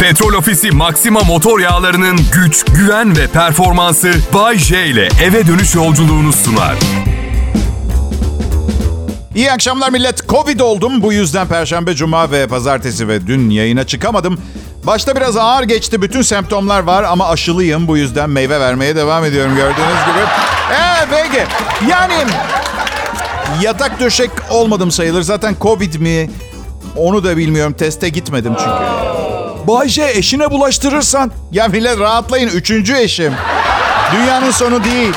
Petrol Ofisi Maxima motor yağlarının güç, güven ve performansı Bay J ile eve dönüş yolculuğunu sunar. İyi akşamlar millet. Covid oldum. Bu yüzden Perşembe, Cuma ve Pazartesi ve dün yayına çıkamadım. Başta biraz ağır geçti. Bütün semptomlar var ama aşılıyım. Bu yüzden meyve vermeye devam ediyorum gördüğünüz gibi. Peki. Yani yatak döşek olmadım sayılır. Zaten Covid mi? Onu da bilmiyorum. Teste gitmedim çünkü. Bay J, eşine bulaştırırsan. Ya millet rahatlayın. 3. eşim. Dünyanın sonu değil.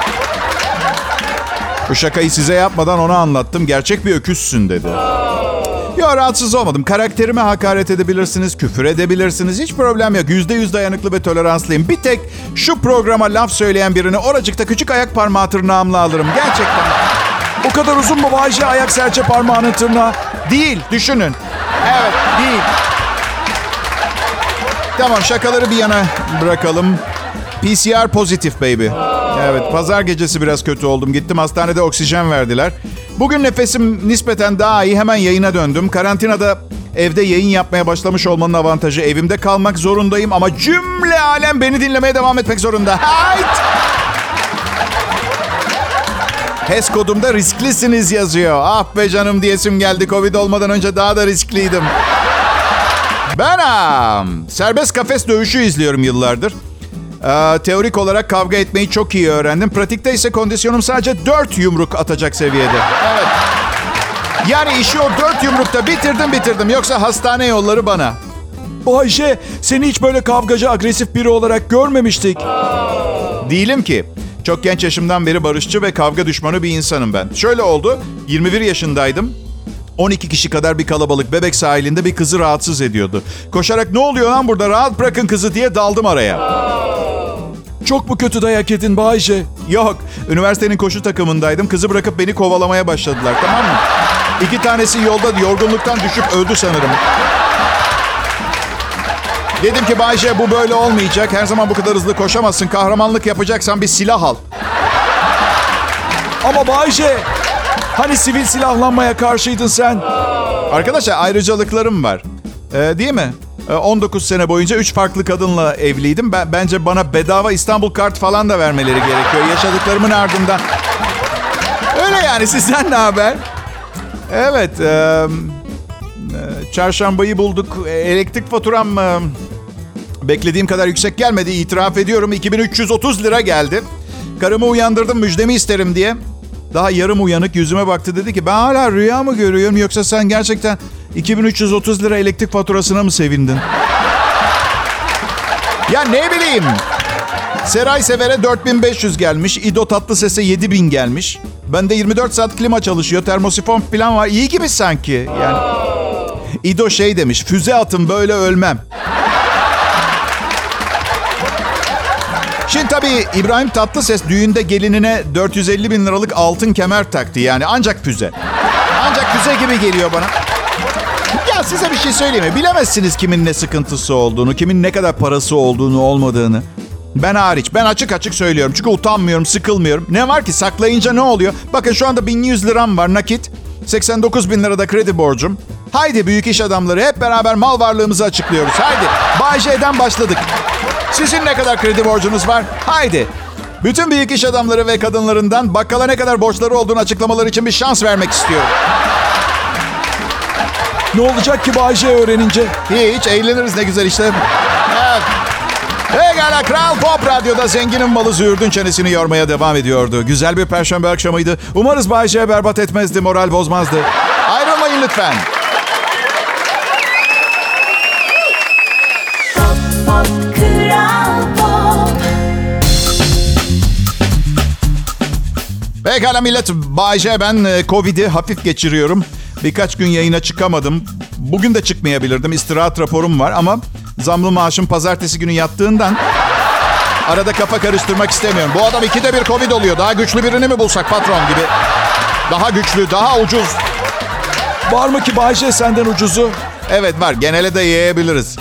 Bu şakayı size yapmadan ona anlattım. Gerçek bir öküzsün dedi. Ya rahatsız olmadım. Karakterime hakaret edebilirsiniz, küfür edebilirsiniz. Hiç problem yok. %100 dayanıklı ve toleranslıyım. Bir tek şu programa laf söyleyen birini oracıkta küçük ayak parmağı tırnağımla alırım. Gerçekten. O kadar uzun mu Bay J, ayak serçe parmağının tırnağı? Değil, düşünün. Evet, değil. Tamam, şakaları bir yana bırakalım. PCR pozitif baby. Evet, pazar gecesi biraz kötü oldum. Gittim hastanede oksijen verdiler. Bugün nefesim nispeten daha iyi. Hemen yayına döndüm. Karantinada evde yayın yapmaya başlamış olmanın avantajı. Evimde kalmak zorundayım ama cümle alem beni dinlemeye devam etmek zorunda. Hayt! HES kodumda risklisiniz yazıyor. Ah be canım diyesim geldi. Covid olmadan önce daha da riskliydim. Ben serbest kafes dövüşü izliyorum yıllardır. Teorik olarak kavga etmeyi çok iyi öğrendim. Pratikte ise kondisyonum sadece 4 yumruk atacak seviyede. Evet. Yani işi o 4 yumrukta bitirdim. Yoksa hastane yolları bana. Bay J, seni hiç böyle kavgacı, agresif biri olarak görmemiştik. Değilim ki. Çok genç yaşımdan beri barışçı ve kavga düşmanı bir insanım ben. Şöyle oldu. 21 yaşındaydım. 12 kişi kadar bir kalabalık Bebek sahilinde bir kızı rahatsız ediyordu. Koşarak "Ne oluyor lan burada? Rahat bırakın kızı" diye daldım araya. Çok mu kötü dayak yedin Bay J? Yok. Üniversitenin koşu takımındaydım. Kızı bırakıp beni kovalamaya başladılar, tamam mı? 2 tanesi yolda yorgunluktan düşüp öldü sanırım. Dedim ki Bay J, bu böyle olmayacak. Her zaman bu kadar hızlı koşamazsın. Kahramanlık yapacaksan bir silah al. Ama Bay J, hani sivil silahlanmaya karşıydın sen? Arkadaşlar ayrıcalıklarım var. Değil mi? 19 sene boyunca 3 farklı kadınla evliydim. Bence bana bedava İstanbul kart falan da vermeleri gerekiyor. Yaşadıklarımın ardından. Öyle yani, sizden ne haber? Evet. Çarşambayı bulduk. Elektrik faturam beklediğim kadar yüksek gelmedi. İtiraf ediyorum. 2330 lira geldi. Karımı uyandırdım, müjdemi isterim diye. Daha yarım uyanık yüzüme baktı, dedi ki ben hala rüya mı görüyorum yoksa sen gerçekten 2330 lira elektrik faturasına mı sevindin? Ya ne bileyim. Seray Sever'e 4500 gelmiş. İdo Tatlıses'e 7000 gelmiş. Bende 24 saat klima çalışıyor. Termosifon falan var. İyi gibi sanki. Yani İdo şey demiş. Füze atın böyle ölmem. Şimdi tabii İbrahim Tatlıses düğünde gelinine 450 bin liralık altın kemer taktı. Yani ancak füze. Ancak füze gibi geliyor bana. Ya size bir şey söyleyeyim mi? Bilemezsiniz kimin ne sıkıntısı olduğunu, kimin ne kadar parası olduğunu, olmadığını. Ben hariç. Ben açık açık söylüyorum. Çünkü utanmıyorum, sıkılmıyorum. Ne var ki saklayınca ne oluyor? Bakın şu anda 1100 liram var nakit. 89 bin lirada kredi borcum. Haydi büyük iş adamları, hep beraber mal varlığımızı açıklıyoruz. Haydi. Bay J'den başladık. Sizin ne kadar kredi borcunuz var? Haydi. Bütün büyük iş adamları ve kadınlarından bakkala ne kadar borçları olduğunu açıklamaları için bir şans vermek istiyorum. Ne olacak ki Bay J öğrenince? Hiç, eğleniriz ne güzel işte. Evet. Pekala, Kral Pop Radyo'da zenginin malı züğürdün çenesini yormaya devam ediyordu. Güzel bir perşembe akşamıydı. Umarız Bay J berbat etmezdi, moral bozmazdı. Ayrılmayın lütfen. Pekala millet, Bay J, ben Covid'i hafif geçiriyorum. Birkaç gün yayına çıkamadım. Bugün de çıkmayabilirdim. İstirahat raporum var ama zamlı maaşım pazartesi günü yattığından arada kafa karıştırmak istemiyorum. Bu adam 2'de 1 Covid oluyor. Daha güçlü birini mi bulsak patron gibi? Daha güçlü, daha ucuz. Var mı ki Bay J senden ucuzu? Evet var. Genele de yayabiliriz.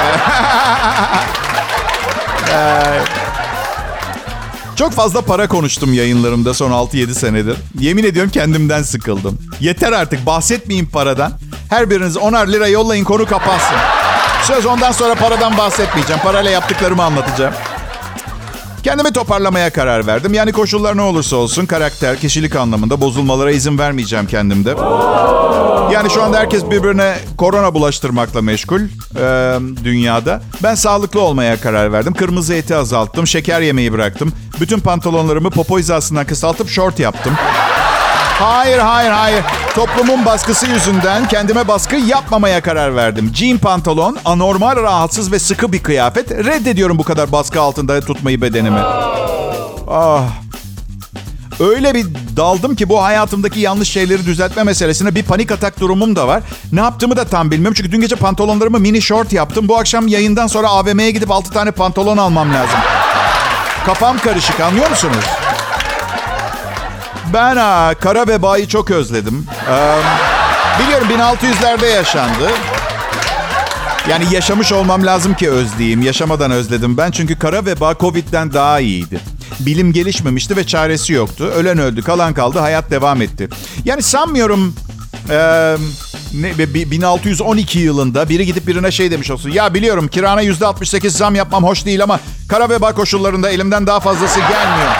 Çok fazla para konuştum yayınlarımda son 6-7 senedir. Yemin ediyorum kendimden sıkıldım. Yeter artık, bahsetmeyin paradan. Her biriniz 10'ar lira yollayın, konu kapansın. Söz, ondan sonra paradan bahsetmeyeceğim. Parayla yaptıklarımı anlatacağım. Kendimi toparlamaya karar verdim. Yani koşullar ne olursa olsun karakter, kişilik anlamında bozulmalara izin vermeyeceğim kendimde. Yani şu anda herkes birbirine korona bulaştırmakla meşgul dünyada. Ben sağlıklı olmaya karar verdim. Kırmızı eti azalttım, şeker yemeyi bıraktım. Bütün pantolonlarımı popo hizasından kısaltıp şort yaptım. Hayır. Toplumun baskısı yüzünden kendime baskı yapmamaya karar verdim. Jean pantolon, anormal rahatsız ve sıkı bir kıyafet. Reddediyorum bu kadar baskı altında tutmayı bedenimi. Öyle bir daldım ki bu hayatımdaki yanlış şeyleri düzeltme meselesine bir panik atak durumum da var. Ne yaptığımı da tam bilmiyorum. Çünkü dün gece pantolonlarımı mini short yaptım. Bu akşam yayından sonra AVM'ye gidip 6 tane pantolon almam lazım. Kafam karışık, anlıyor musunuz? Ben kara vebayı çok özledim. Biliyorum 1600'lerde yaşandı. Yani yaşamış olmam lazım ki özleyeyim. Yaşamadan özledim ben. Çünkü kara veba Covid'den daha iyiydi. Bilim gelişmemişti ve çaresi yoktu. Ölen öldü, kalan kaldı, hayat devam etti. Yani sanmıyorum 1612 yılında biri gidip birine şey demiş olsun. Ya biliyorum kirana %68 zam yapmam hoş değil ama kara veba koşullarında elimden daha fazlası gelmiyor.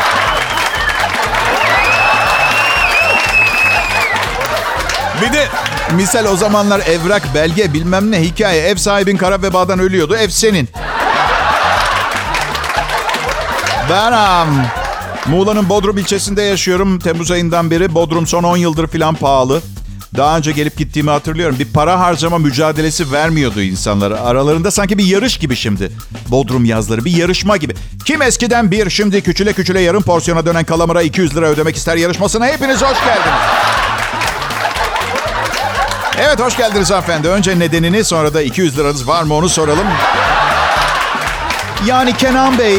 Bir de misal o zamanlar evrak, belge, bilmem ne hikaye. Ev sahibin kara vebadan ölüyordu. Ev senin. Ben Muğla'nın Bodrum ilçesinde yaşıyorum. Temmuz ayından beri. Bodrum son 10 yıldır falan pahalı. Daha önce gelip gittiğimi hatırlıyorum. Bir para harcama mücadelesi vermiyordu insanlara. Aralarında sanki bir yarış gibi şimdi. Bodrum yazları bir yarışma gibi. Kim eskiden bir, şimdi küçüle küçüle yarım porsiyona dönen kalamara 200 lira ödemek ister yarışmasına hepiniz hoş geldiniz. Evet, hoş geldiniz hanımefendi. Önce nedenini, sonra da 200 liranız var mı onu soralım. Yani Kenan Bey...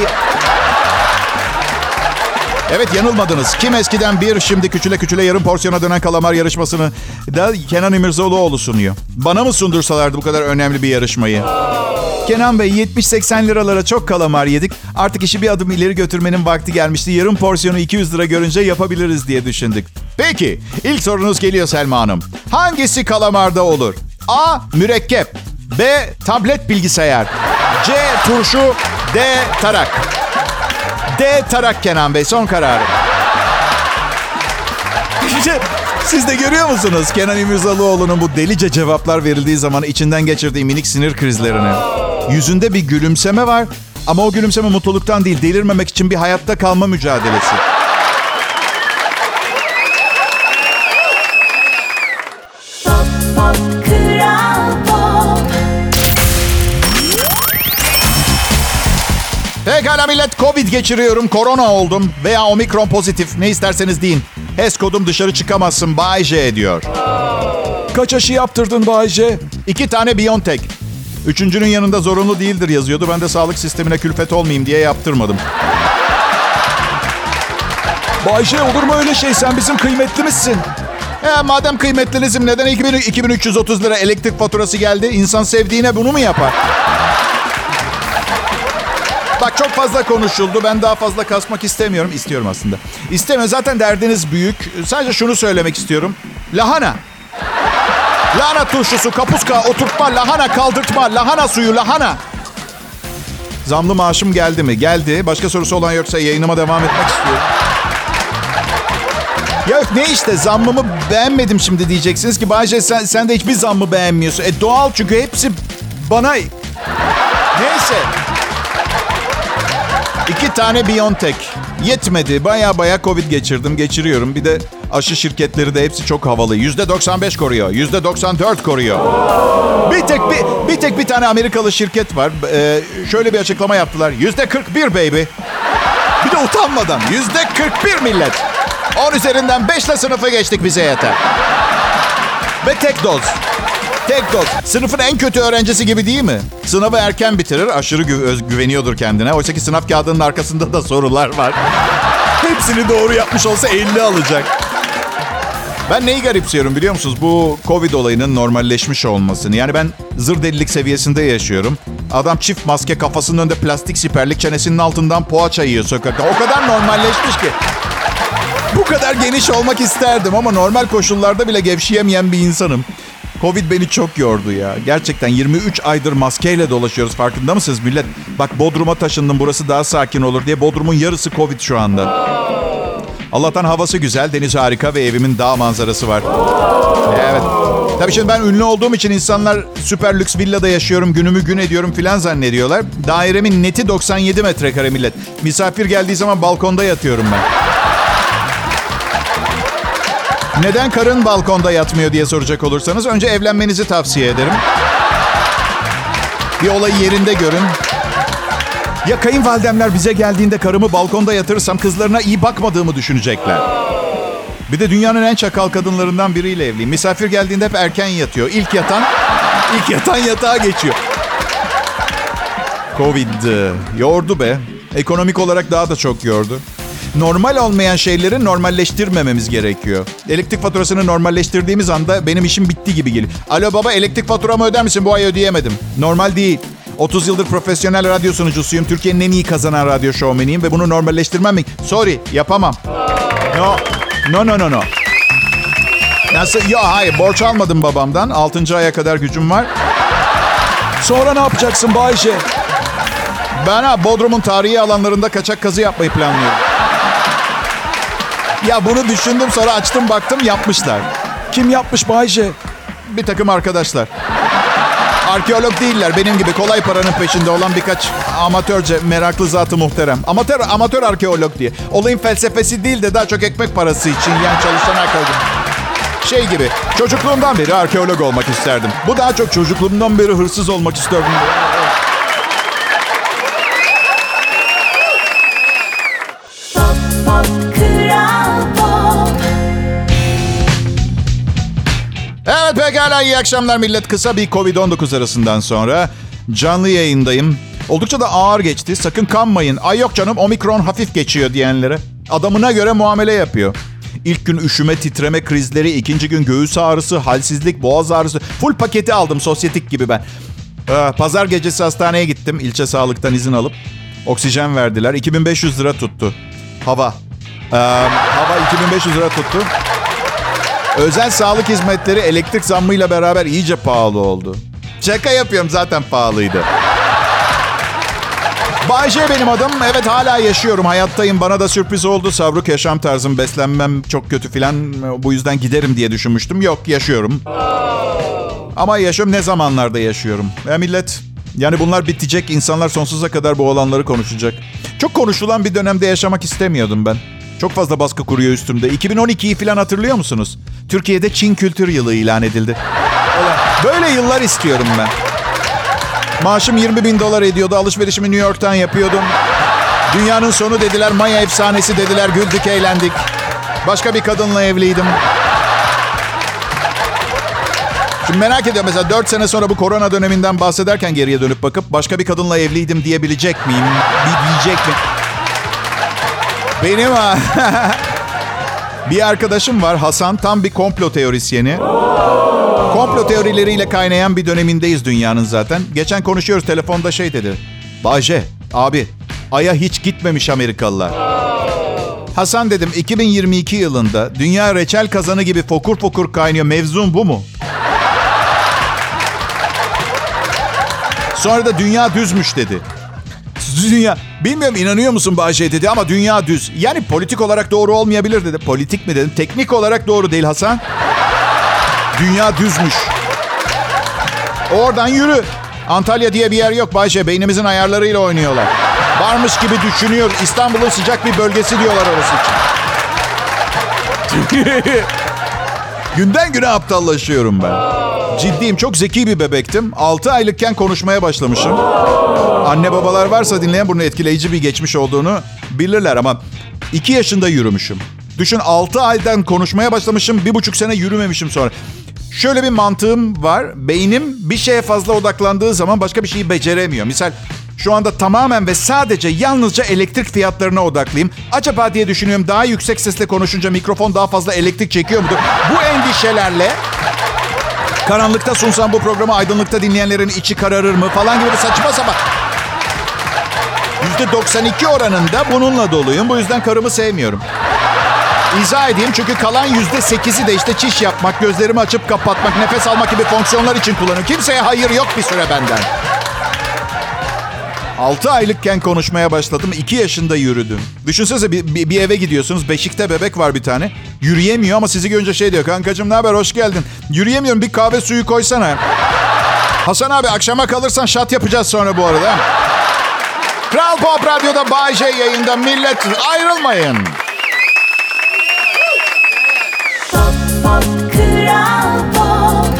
Evet, yanılmadınız. Kim eskiden bir, şimdi küçüle küçüle yarım porsiyona dönen kalamar yarışmasını da Kenan İmirzalıoğlu sunuyor. Bana mı sundursalardı bu kadar önemli bir yarışmayı? Kenan Bey, 70-80 liralara çok kalamar yedik. Artık işi bir adım ileri götürmenin vakti gelmişti. Yarım porsiyonu 200 lira görünce yapabiliriz diye düşündük. Peki, ilk sorunuz geliyor Selma Hanım. Hangisi kalamarda olur? A. Mürekkep. B. Tablet bilgisayar. C. Turşu. D. Tarak. D. Tarak Kenan Bey, son kararı. Siz de görüyor musunuz Kenan İmirzalıoğlu'nun bu delice cevaplar verildiği zaman içinden geçirdiği minik sinir krizlerini? Yüzünde bir gülümseme var ama o gülümseme mutluluktan değil, delirmemek için bir hayatta kalma mücadelesi. Pekala millet, Covid geçiriyorum, korona oldum veya omikron pozitif, ne isterseniz deyin. HES kodum dışarı çıkamazsın Bay J diyor. Kaç aşı yaptırdın Bay J? 2 tane BioNTech. Üçüncünün yanında zorunlu değildir yazıyordu. Ben de sağlık sistemine külfet olmayayım diye yaptırmadım. Bay J, olur mu öyle şey? Sen bizim kıymetlimizsin. Madem kıymetlinizim, neden 2330 lira elektrik faturası geldi? İnsan sevdiğine bunu mu yapar? Bak, çok fazla konuşuldu. Ben daha fazla kasmak istemiyorum. İstiyorum aslında. İstemiyorum. Zaten derdiniz büyük. Sadece şunu söylemek istiyorum. Lahana. Lahana turşusu, kapuska, oturtma, lahana kaldırtma, lahana suyu, lahana. Zamlı maaşım geldi mi? Geldi. Başka sorusu olan yoksa yayınıma devam etmek istiyorum. Ya ne işte, zammımı beğenmedim şimdi diyeceksiniz ki Bayce sen de hiçbir zammı beğenmiyorsun. Doğal, çünkü hepsi bana... Neyse. 2 tane BioNTech. Yetmedi. Baya Covid geçiriyorum. Bir de aşı şirketleri de hepsi çok havalı. %95 koruyor. %94 koruyor. Bir tane Amerikalı şirket var. Şöyle bir açıklama yaptılar. %41 baby. Bir de utanmadan. %41 millet. 10 üzerinden 5'le sınıfı geçtik, bize yeter. Ve tek doz. Sınıfın en kötü öğrencisi gibi değil mi? Sınavı erken bitirir, aşırı güveniyordur kendine. Oysa ki sınav kağıdının arkasında da sorular var. Hepsini doğru yapmış olsa 50 alacak. Ben neyi garipsiyorum biliyor musunuz? Bu Covid olayının normalleşmiş olmasını. Yani ben zır delilik seviyesinde yaşıyorum. Adam çift maske, kafasının önünde plastik siperlik, çenesinin altından poğaça yiyor sokakta. O kadar normalleşmiş ki. Bu kadar geniş olmak isterdim ama normal koşullarda bile gevşeyemeyen bir insanım. Covid beni çok yordu ya. Gerçekten 23 aydır maskeyle dolaşıyoruz. Farkında mısınız millet? Bak Bodrum'a taşındım, burası daha sakin olur diye. Bodrum'un yarısı Covid şu anda. Allah'tan havası güzel, deniz harika ve evimin dağ manzarası var. Evet. Tabii şimdi ben ünlü olduğum için insanlar süper lüks villada yaşıyorum, günümü gün ediyorum filan zannediyorlar. Dairemin neti 97 metrekare millet. Misafir geldiği zaman balkonda yatıyorum ben. Neden karın balkonda yatmıyor diye soracak olursanız önce evlenmenizi tavsiye ederim. Bir olayı yerinde görün. Ya kayınvalidemler bize geldiğinde karımı balkonda yatırırsam kızlarına iyi bakmadığımı düşünecekler. Bir de dünyanın en çakal kadınlarından biriyle evliyim. Misafir geldiğinde hep erken yatıyor. İlk yatan yatağa geçiyor. Covid yordu be. Ekonomik olarak daha da çok yordu. Normal olmayan şeyleri normalleştirmememiz gerekiyor. Elektrik faturasını normalleştirdiğimiz anda benim işim bitti gibi geliyor. Alo baba, elektrik faturamı öder misin? Bu ay ödeyemedim. Normal değil. 30 yıldır profesyonel radyo sunucusuyum. Türkiye'nin en iyi kazanan radyo şovmeniyim ve bunu normalleştirmem mi? Sorry, yapamam. No. Nasıl? Yok, hayır, borç almadım babamdan. 6. aya kadar gücüm var. Sonra ne yapacaksın Bayce? Ben Bodrum'un tarihi alanlarında kaçak kazı yapmayı planlıyorum. Ya bunu düşündüm, sonra açtım baktım yapmışlar. Kim yapmış Bayce? Bir takım arkadaşlar. Arkeolog değiller, benim gibi kolay paranın peşinde olan birkaç amatörce meraklı zatı muhterem. Amatör arkeolog diye. Olayın felsefesi değil de daha çok ekmek parası için yani çalışan arkeolog. Şey gibi, çocukluğumdan beri arkeolog olmak isterdim. Bu daha çok çocukluğumdan beri hırsız olmak isterdim. Evet pekala, iyi akşamlar millet. Kısa bir Covid-19 arasından sonra canlı yayındayım. Oldukça da ağır geçti. Sakın kanmayın. Ay yok canım, omikron hafif geçiyor diyenlere adamına göre muamele yapıyor. İlk gün üşüme, titreme krizleri, ikinci gün göğüs ağrısı, halsizlik, boğaz ağrısı. Full paketi aldım, sosyetik gibi ben. Pazar gecesi hastaneye gittim. İlçe sağlıktan izin alıp oksijen verdiler. 2500 lira tuttu. Hava 2500 lira tuttu. Özel sağlık hizmetleri elektrik zammıyla beraber iyice pahalı oldu. Şaka yapıyorum, zaten pahalıydı. Bayce benim adım. Evet, hala yaşıyorum, hayattayım. Bana da sürpriz oldu. Savruk yaşam tarzım, beslenmem çok kötü filan. Bu yüzden giderim diye düşünmüştüm. Yok, yaşıyorum. Ama yaşıyorum, ne zamanlarda yaşıyorum. Millet, yani bunlar bitecek. İnsanlar sonsuza kadar bu olanları konuşacak. Çok konuşulan bir dönemde yaşamak istemiyordum ben. Çok fazla baskı kuruyor üstümde. 2012'yi falan hatırlıyor musunuz? Türkiye'de Çin Kültür Yılı ilan edildi. Böyle yıllar istiyorum ben. Maaşım $20,000 ediyordu. Alışverişimi New York'tan yapıyordum. Dünyanın sonu dediler. Maya efsanesi dediler. Güldük, eğlendik. Başka bir kadınla evliydim. Şimdi merak ediyorum, mesela 4 sene sonra bu korona döneminden bahsederken geriye dönüp bakıp başka bir kadınla evliydim diyebilecek miyim? Diyecek mi? Benim bir arkadaşım var, Hasan, tam bir komplo teorisyeni. Komplo teorileriyle kaynayan bir dönemindeyiz dünyanın zaten. Geçen konuşuyoruz, telefonda şey dedi. Bayce, abi, Ay'a hiç gitmemiş Amerikalılar. Hasan dedim, 2022 yılında dünya reçel kazanı gibi fokur fokur kaynıyor. Mevzun bu mu? Sonra da dünya düzmüş dedi. Dünya, bilmiyorum inanıyor musun Bayce dedi ama dünya düz. Yani politik olarak doğru olmayabilir dedi. Politik mi dedim? Teknik olarak doğru değil Hasan. Dünya düzmüş. Oradan yürü. Antalya diye bir yer yok Bayce. Beynimizin ayarlarıyla oynuyorlar. Varmış gibi düşünüyor. İstanbul'un sıcak bir bölgesi diyorlar orası için. Günden güne aptallaşıyorum ben. Ciddiyim, çok zeki bir bebektim. 6 aylıkken konuşmaya başlamışım. Anne babalar varsa dinleyen bunun etkileyici bir geçmiş olduğunu bilirler ama 2 yaşında yürümüşüm. Düşün, 6 aydan konuşmaya başlamışım, 1,5 sene yürümemişim sonra. Şöyle bir mantığım var. Beynim bir şeye fazla odaklandığı zaman başka bir şeyi beceremiyor. Misal şu anda tamamen ve sadece yalnızca elektrik fiyatlarına odaklıyım. Acaba diye düşünüyorum, daha yüksek sesle konuşunca mikrofon daha fazla elektrik çekiyor mudur? Bu endişelerle karanlıkta sunsam bu programı aydınlıkta dinleyenlerin içi kararır mı falan gibi de saçma sapan. %92 oranında bununla doluyum. Bu yüzden karımı sevmiyorum. İzah edeyim çünkü kalan %8'i de işte çiş yapmak, gözlerimi açıp kapatmak, nefes almak gibi fonksiyonlar için kullanıyorum. Kimseye hayır yok bir süre benden. 6 aylıkken konuşmaya başladım. 2 yaşında yürüdüm. Düşünsenize bir eve gidiyorsunuz. Beşikte bebek var bir tane. Yürüyemiyor ama sizi görünce şey diyor. Kankacığım ne haber, hoş geldin. Yürüyemiyorum, bir kahve suyu koysana. Hasan abi akşama kalırsan şat yapacağız sonra bu arada. Kral Pop Radyo'da Bay J yayında, millet ayrılmayın. Pop, pop, Kral Pop.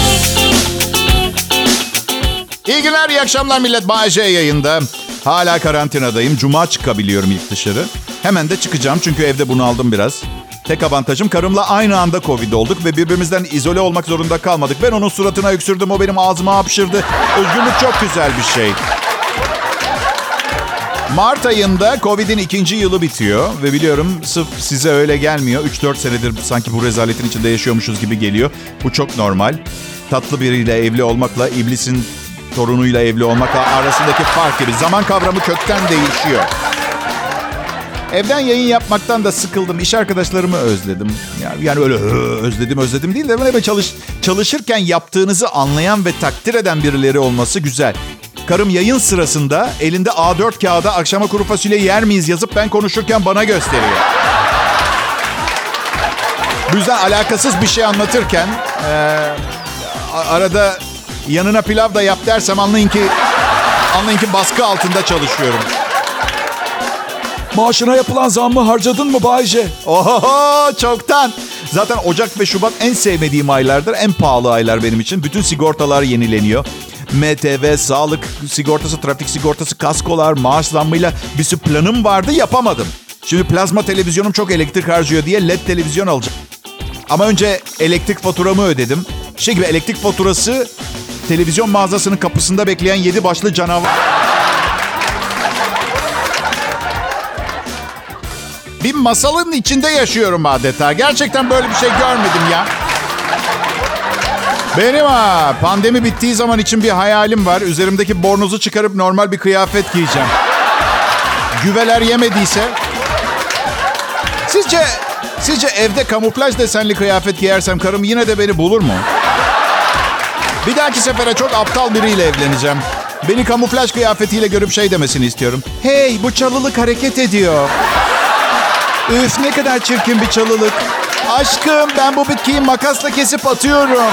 İyi günler, iyi akşamlar millet. Bay J yayında. Hala karantinadayım. Cuma çıkabiliyorum ilk dışarı. Hemen de çıkacağım çünkü evde bunaldım biraz. Tek avantajım, karımla aynı anda Covid olduk ve birbirimizden izole olmak zorunda kalmadık. Ben onun suratına öksürdüm, o benim ağzıma hapşırdı. Özgürlük çok güzel bir şey. Mart ayında Covid'in 2. yılı bitiyor ve biliyorum sırf size öyle gelmiyor. 3-4 senedir sanki bu rezaletin içinde yaşıyormuşuz gibi geliyor. Bu çok normal. Tatlı biriyle evli olmakla iblisin torunuyla evli olmak arasındaki fark gibi. Zaman kavramı kökten değişiyor. Evden yayın yapmaktan da sıkıldım. İş arkadaşlarımı özledim. Yani öyle özledim değil de böyle çalışırken yaptığınızı anlayan ve takdir eden birileri olması güzel. Karım yayın sırasında elinde A4 kağıda akşama kuru fasulye yer miyiz yazıp ben konuşurken bana gösteriyor. Bu yüzden alakasız bir şey anlatırken arada yanına pilav da yap dersem anlayın ki baskı altında çalışıyorum. Maaşına yapılan zammı harcadın mı Bay J? Oho, çoktan. Zaten Ocak ve Şubat en sevmediğim aylardır. En pahalı aylar benim için. Bütün sigortalar yenileniyor. MTV, sağlık sigortası, trafik sigortası, kaskolar, maaş zammıyla bir sürü planım vardı, yapamadım. Şimdi plazma televizyonum çok elektrik harcıyor diye LED televizyon alacağım. Ama önce elektrik faturamı ödedim. Şey gibi, elektrik faturası televizyon mağazasının kapısında bekleyen 7 başlı canavar. Bir masalın içinde yaşıyorum adeta. Gerçekten böyle bir şey görmedim ya. Benim pandemi bittiği zaman için bir hayalim var. Üzerimdeki bornozu çıkarıp normal bir kıyafet giyeceğim. Güveler yemediyse. Sizce evde kamuflaj desenli kıyafet giyersem karım yine de beni bulur mu? Bir dahaki sefere çok aptal biriyle evleneceğim. Beni kamuflaj kıyafetiyle görüp şey demesini istiyorum. Hey, bu çalılık hareket ediyor. Üf, ne kadar çirkin bir çalılık. Aşkım, ben bu bitkiyi makasla kesip atıyorum.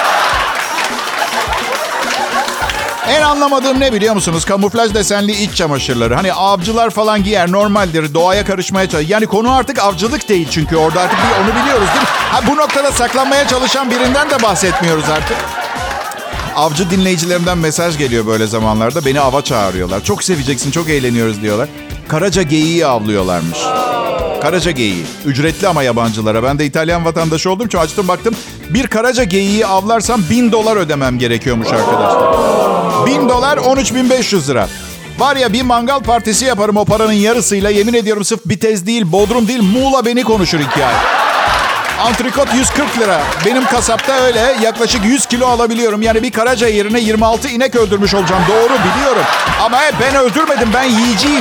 En anlamadığım ne biliyor musunuz? Kamuflaj desenli iç çamaşırları. Hani avcılar falan giyer, normaldir. Doğaya karışmaya çalışır. Yani konu artık avcılık değil çünkü orada artık onu biliyoruz değil mi? Bu noktada saklanmaya çalışan birinden de bahsetmiyoruz artık. Avcı dinleyicilerimden mesaj geliyor böyle zamanlarda. Beni ava çağırıyorlar. Çok seveceksin, çok eğleniyoruz diyorlar. Karaca geyiği avlıyorlarmış. Karaca geyiği. Ücretli ama yabancılara. Ben de İtalyan vatandaşı olduğum için açtım baktım. Bir karaca geyiği avlarsam $1000 ödemem gerekiyormuş arkadaşlar. $1000, 13.500 lira. Var ya, bir mangal partisi yaparım o paranın yarısıyla. Yemin ediyorum, sırf Bitez değil, Bodrum değil, Muğla beni konuşur hikaye. Antrikot 140 lira. Benim kasapta öyle yaklaşık 100 kilo alabiliyorum. Yani bir karaca yerine 26 inek öldürmüş olacağım. Doğru, biliyorum. Ama ben öldürmedim, ben yiyeceğim.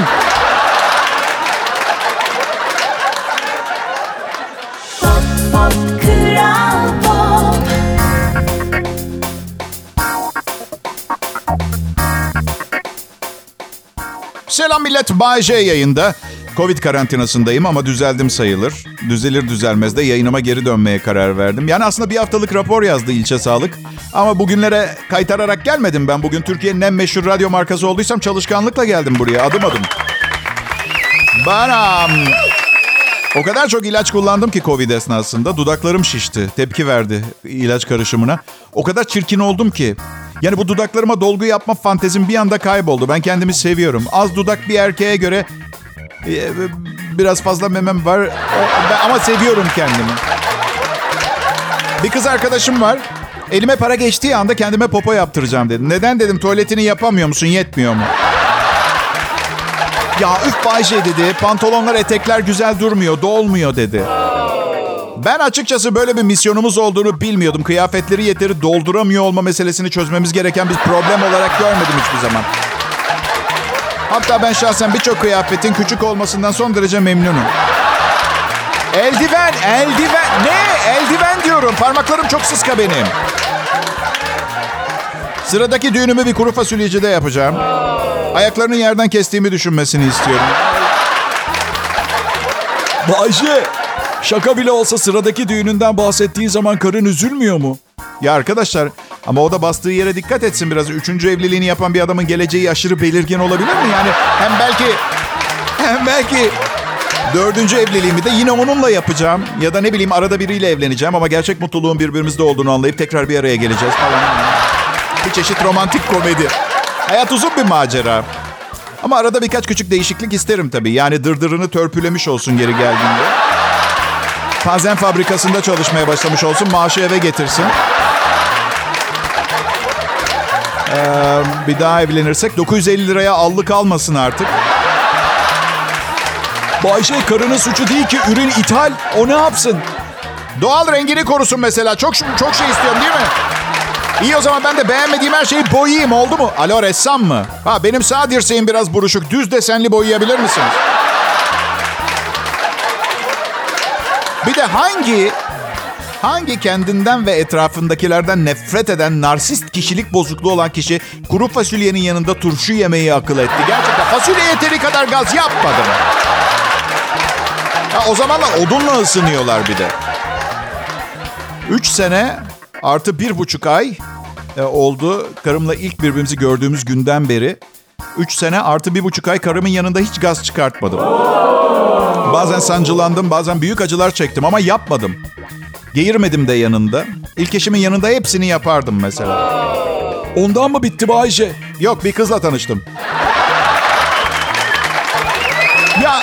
Selam millet, Bay J yayında. Covid karantinasındayım ama düzeldim sayılır. Düzelir düzelmez de yayınıma geri dönmeye karar verdim. Yani aslında bir haftalık rapor yazdı ilçe sağlık. Ama bugünlere kaytararak gelmedim ben. Bugün Türkiye'nin en meşhur radyo markası olduysam çalışkanlıkla geldim buraya, adım adım. Ben o kadar çok ilaç kullandım ki Covid esnasında. Dudaklarım şişti, tepki verdi ilaç karışımına. O kadar çirkin oldum ki. Yani bu dudaklarıma dolgu yapma fantezim bir anda kayboldu. Ben kendimi seviyorum. Az dudak bir erkeğe göre biraz fazla memem var. Ama seviyorum kendimi. Bir kız arkadaşım var. Elime para geçtiği anda kendime popo yaptıracağım dedi. Neden dedim, tuvaletini yapamıyor musun, yetmiyor mu? Ya üf Bayce dedi. Pantolonlar, etekler güzel durmuyor, dolmuyor dedi. Ben açıkçası böyle bir misyonumuz olduğunu bilmiyordum. Kıyafetleri yeteri dolduramıyor olma meselesini çözmemiz gereken bir problem olarak görmedim hiçbir zaman. Hatta ben şahsen birçok kıyafetin küçük olmasından son derece memnunum. Eldiven. Ne? Eldiven diyorum. Parmaklarım çok sıska benim. Sıradaki düğünümü bir kuru fasulyecide yapacağım. Ayaklarını yerden kestiğimi düşünmesini istiyorum. Bayce, şaka bile olsa sıradaki düğününden bahsettiğin zaman karın üzülmüyor mu? Ya arkadaşlar, ama o da bastığı yere dikkat etsin biraz. 3. evliliğini yapan bir adamın geleceği aşırı belirgin olabilir mi? Yani hem belki 4. evliliğimi de yine onunla yapacağım. Ya da ne bileyim arada biriyle evleneceğim ama gerçek mutluluğun birbirimizde olduğunu anlayıp tekrar bir araya geleceğiz falan. Bir çeşit romantik komedi. Hayat uzun bir macera. Ama arada birkaç küçük değişiklik isterim tabii. Yani dırdırını törpülemiş olsun geri geldiğinde. Pazen fabrikasında çalışmaya başlamış olsun. Maaşı eve getirsin. Bir daha evlenirsek 950 liraya allık almasın artık. Bayce, karının suçu değil ki, ürün ithal. O ne yapsın? Doğal rengini korusun mesela. Çok şey istiyorum değil mi? İyi, o zaman ben de beğenmediğim her şeyi boyayayım, oldu mu? Alo, ressam mı? Benim sağ dirseğim biraz buruşuk. Düz desenli boyayabilir misiniz? Bir de hangi kendinden ve etrafındakilerden nefret eden, narsist kişilik bozukluğu olan kişi kuru fasulyenin yanında turşu yemeyi akıl etti? Gerçekten fasulye yeteri kadar gaz yapmadı mı? O zamanlar odunla ısınıyorlar bir de. 3 sene artı 1,5 ay oldu. Karımla ilk birbirimizi gördüğümüz günden beri 3 sene artı 1,5 ay karımın yanında hiç gaz çıkartmadım. Bazen sancılandım, bazen büyük acılar çektim ama yapmadım. Geğirmedim de yanında. İlk eşimin yanında hepsini yapardım mesela. Ondan mı bitti Bayce? Yok, bir kızla tanıştım. Ya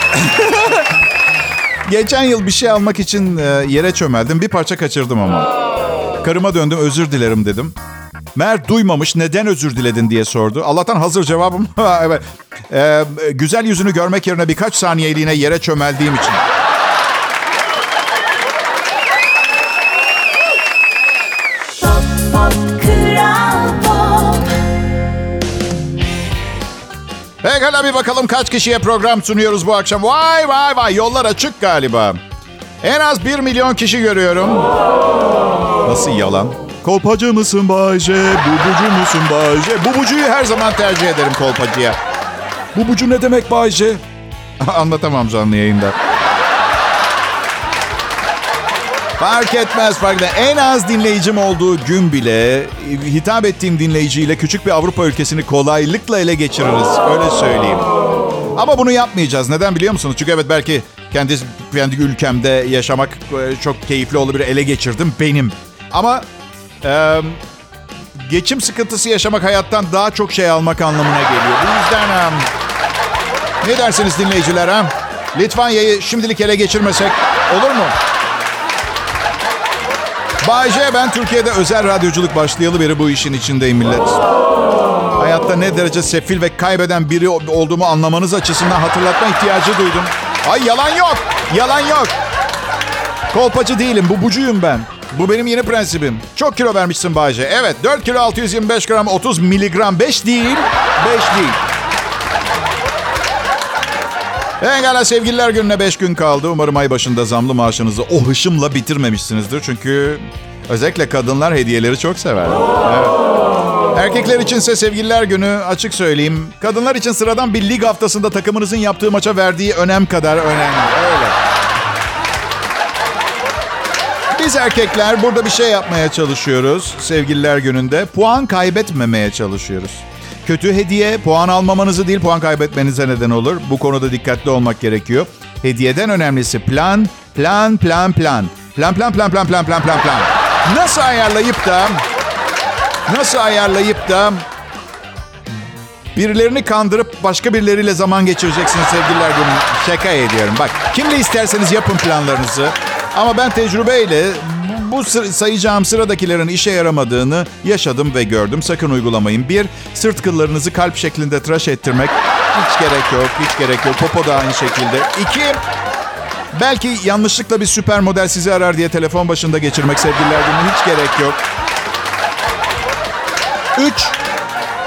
geçen yıl bir şey almak için yere çömeldim. Bir parça kaçırdım ama. Karıma döndüm, özür dilerim dedim. Meğer duymamış, neden özür diledin diye sordu. Allah'tan hazır cevabım. Evet. Güzel yüzünü görmek yerine birkaç saniyeliğine yere çömeldiğim için. Pekala, bir bakalım kaç kişiye program sunuyoruz bu akşam. Vay, yollar açık galiba. En az 1 milyon kişi görüyorum. Nasıl yalan? Kolpacı mısın Bayce? Bubucu musun Bayce? Bubucuyu her zaman tercih ederim kolpacıya. Bubucu ne demek Bayce? Anlatamam canlı yayında. Fark etmez. En az dinleyicim olduğu gün bile hitap ettiğim dinleyiciyle küçük bir Avrupa ülkesini kolaylıkla ele geçiririz. Öyle söyleyeyim. Ama bunu yapmayacağız. Neden biliyor musunuz? Çünkü evet, belki kendi ülkemde yaşamak çok keyifli olabilir. Ele geçirdim benim. Ama geçim sıkıntısı yaşamak hayattan daha çok şey almak anlamına geliyor. Bu yüzden ne dersiniz dinleyiciler? Litvanya'yı şimdilik ele geçirmesek olur mu? Bay J, ben Türkiye'de özel radyoculuk başlayalı beri bu işin içindeyim millet. Hayatta ne derece sefil ve kaybeden biri olduğumu anlamanız açısından hatırlatma ihtiyacı duydum. Ay, yalan yok. Kolpacı değilim, bubucuyum ben. Bu benim yeni prensibim. Çok kilo vermişsin Bay J. Evet, 4 kilo 625 gram 30 miligram. 5 değil. Pekala, sevgililer gününe 5 gün kaldı. Umarım ay başında zamlı maaşınızı o hışımla bitirmemişsinizdir. Çünkü özellikle kadınlar hediyeleri çok sever. Evet. Erkekler içinse sevgililer günü, açık söyleyeyim, kadınlar için sıradan bir lig haftasında takımınızın yaptığı maça verdiği önem kadar önemli. Öyle. Biz erkekler burada bir şey yapmaya çalışıyoruz sevgililer gününde. Puan kaybetmemeye çalışıyoruz. Kötü hediye puan almamanızı değil, puan kaybetmenize neden olur. Bu konuda dikkatli olmak gerekiyor. Hediyeden önemlisi plan. Plan. Nasıl ayarlayıp da birilerini kandırıp başka birileriyle zaman geçireceksiniz sevgililer günü. Şaka ediyorum. Bak, kimle isterseniz yapın planlarınızı. Ama ben tecrübeyle bu sayacağım sıradakilerin işe yaramadığını yaşadım ve gördüm. Sakın uygulamayın. 1, sırt kıllarınızı kalp şeklinde tıraş ettirmek. Hiç gerek yok. Popo da aynı şekilde. 2, belki yanlışlıkla bir süper model sizi arar diye telefon başında geçirmek sevgililer günü. Hiç gerek yok. 3,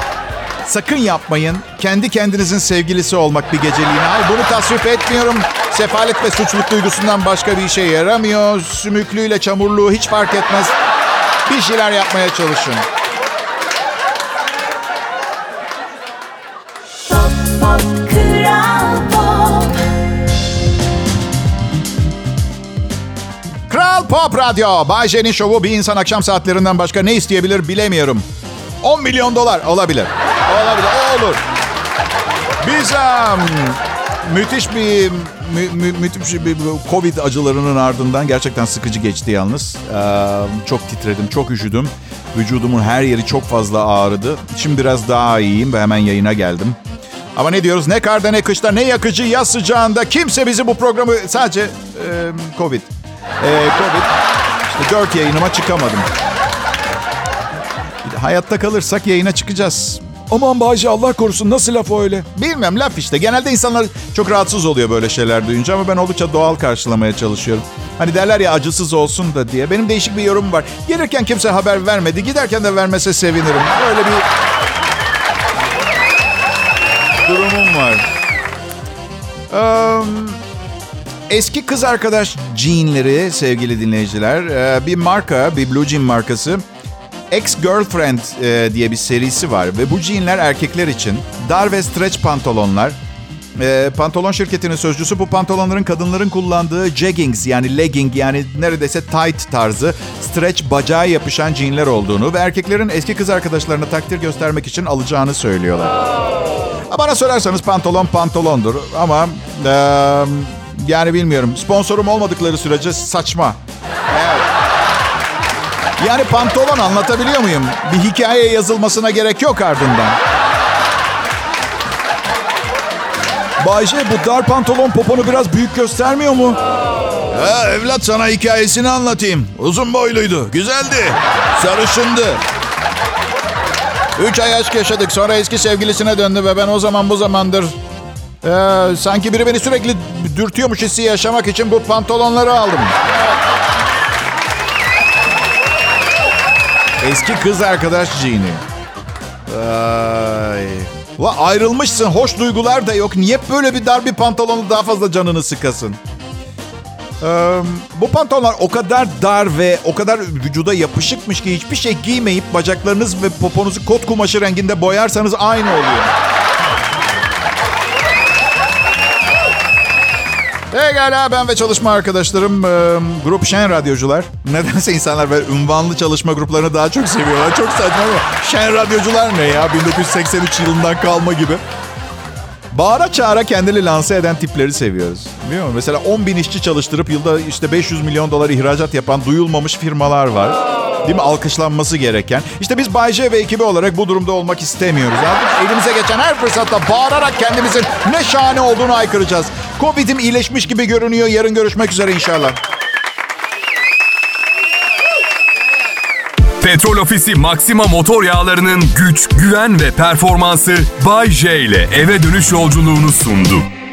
sakın yapmayın. Kendi kendinizin sevgilisi olmak bir geceliğine. Hayır, bunu tasvip etmiyorum. Sefalet ve suçluluk duygusundan başka bir işe yaramıyor. Sümüklüyle çamurluğu hiç fark etmez. Bir şeyler yapmaya çalışın. Pop Pop Kral Pop. Kral Pop Radyo. Bay J'nin şovu, bir insan akşam saatlerinden başka ne isteyebilir bilemiyorum. 10 milyon dolar olabilir. Olabilir, o olur. Biz müthiş bir Covid acılarının ardından gerçekten sıkıcı geçti yalnız. Çok titredim, çok üşüdüm. Vücudumun her yeri çok fazla ağrıdı. Şimdi biraz daha iyiyim ve hemen yayına geldim. Ama ne diyoruz? Ne karda ne kışta ne yakıcı yaz sıcağında kimse bizi bu programı sadece Covid. Covid. İşte 4 yayınıma çıkamadım. Hayatta kalırsak yayına çıkacağız. Aman Bayce, Allah korusun, nasıl laf o öyle? Bilmem, laf işte. Genelde insanlar çok rahatsız oluyor böyle şeyler duyunca ama ben oldukça doğal karşılamaya çalışıyorum. Hani derler ya, acısız olsun da diye. Benim değişik bir yorumum var. Gelirken kimse haber vermedi. Giderken de vermese sevinirim. Böyle bir durumum var. Eski kız arkadaş jeanleri sevgili dinleyiciler. Bir marka, bir blue jean markası. Ex-Girlfriend diye bir serisi var. Ve bu jeanler erkekler için. Dar ve stretch pantolonlar. Pantolon şirketinin sözcüsü bu pantolonların kadınların kullandığı jeggings yani legging yani neredeyse tight tarzı stretch bacağa yapışan jeanler olduğunu ve erkeklerin eski kız arkadaşlarına takdir göstermek için alacağını söylüyorlar. Bana sorarsanız pantolon pantolondur ama yani bilmiyorum. Sponsorum olmadıkları sürece saçma. Evet. Yani pantolon, anlatabiliyor muyum? Bir hikaye yazılmasına gerek yok ardından. Bayce, bu dar pantolon poponu biraz büyük göstermiyor mu? Evlat, sana hikayesini anlatayım. Uzun boyluydu, güzeldi, sarışındı. 3 ay aşk yaşadık, sonra eski sevgilisine döndü ve ben o zaman bu zamandır... sanki biri beni sürekli dürtüyormuş hissi yaşamak için bu pantolonları aldım. Eski kız arkadaş jean'i. Ayrılmışsın, hoş duygular da yok. Niye böyle bir dar bir pantolonu daha fazla canını sıkasın? Bu pantolonlar o kadar dar ve o kadar vücuda yapışıkmış ki hiçbir şey giymeyip bacaklarınız ve poponuzu kot kumaşı renginde boyarsanız aynı oluyor. Pekala, ben ve çalışma arkadaşlarım Grup Şen Radyocular. Nedense insanlar böyle unvanlı çalışma gruplarını daha çok seviyorlar. Çok saçma ama Şen Radyocular ne ya? 1983 yılından kalma gibi. Bağıra çağıra kendini lanse eden tipleri seviyoruz. Biliyor musun? Mesela 10.000 işçi çalıştırıp yılda işte 500 milyon dolar ihracat yapan duyulmamış firmalar var. Değil mi? Alkışlanması gereken. İşte biz Bay J ve ekibi olarak bu durumda olmak istemiyoruz. Elimize geçen her fırsatta bağırarak kendimizin ne şahane olduğunu haykıracağız. Covid'im iyileşmiş gibi görünüyor. Yarın görüşmek üzere inşallah. Petrol Ofisi Maxima motor yağlarının güç, güven ve performansı Bay J ile eve dönüş yolculuğunu sundu.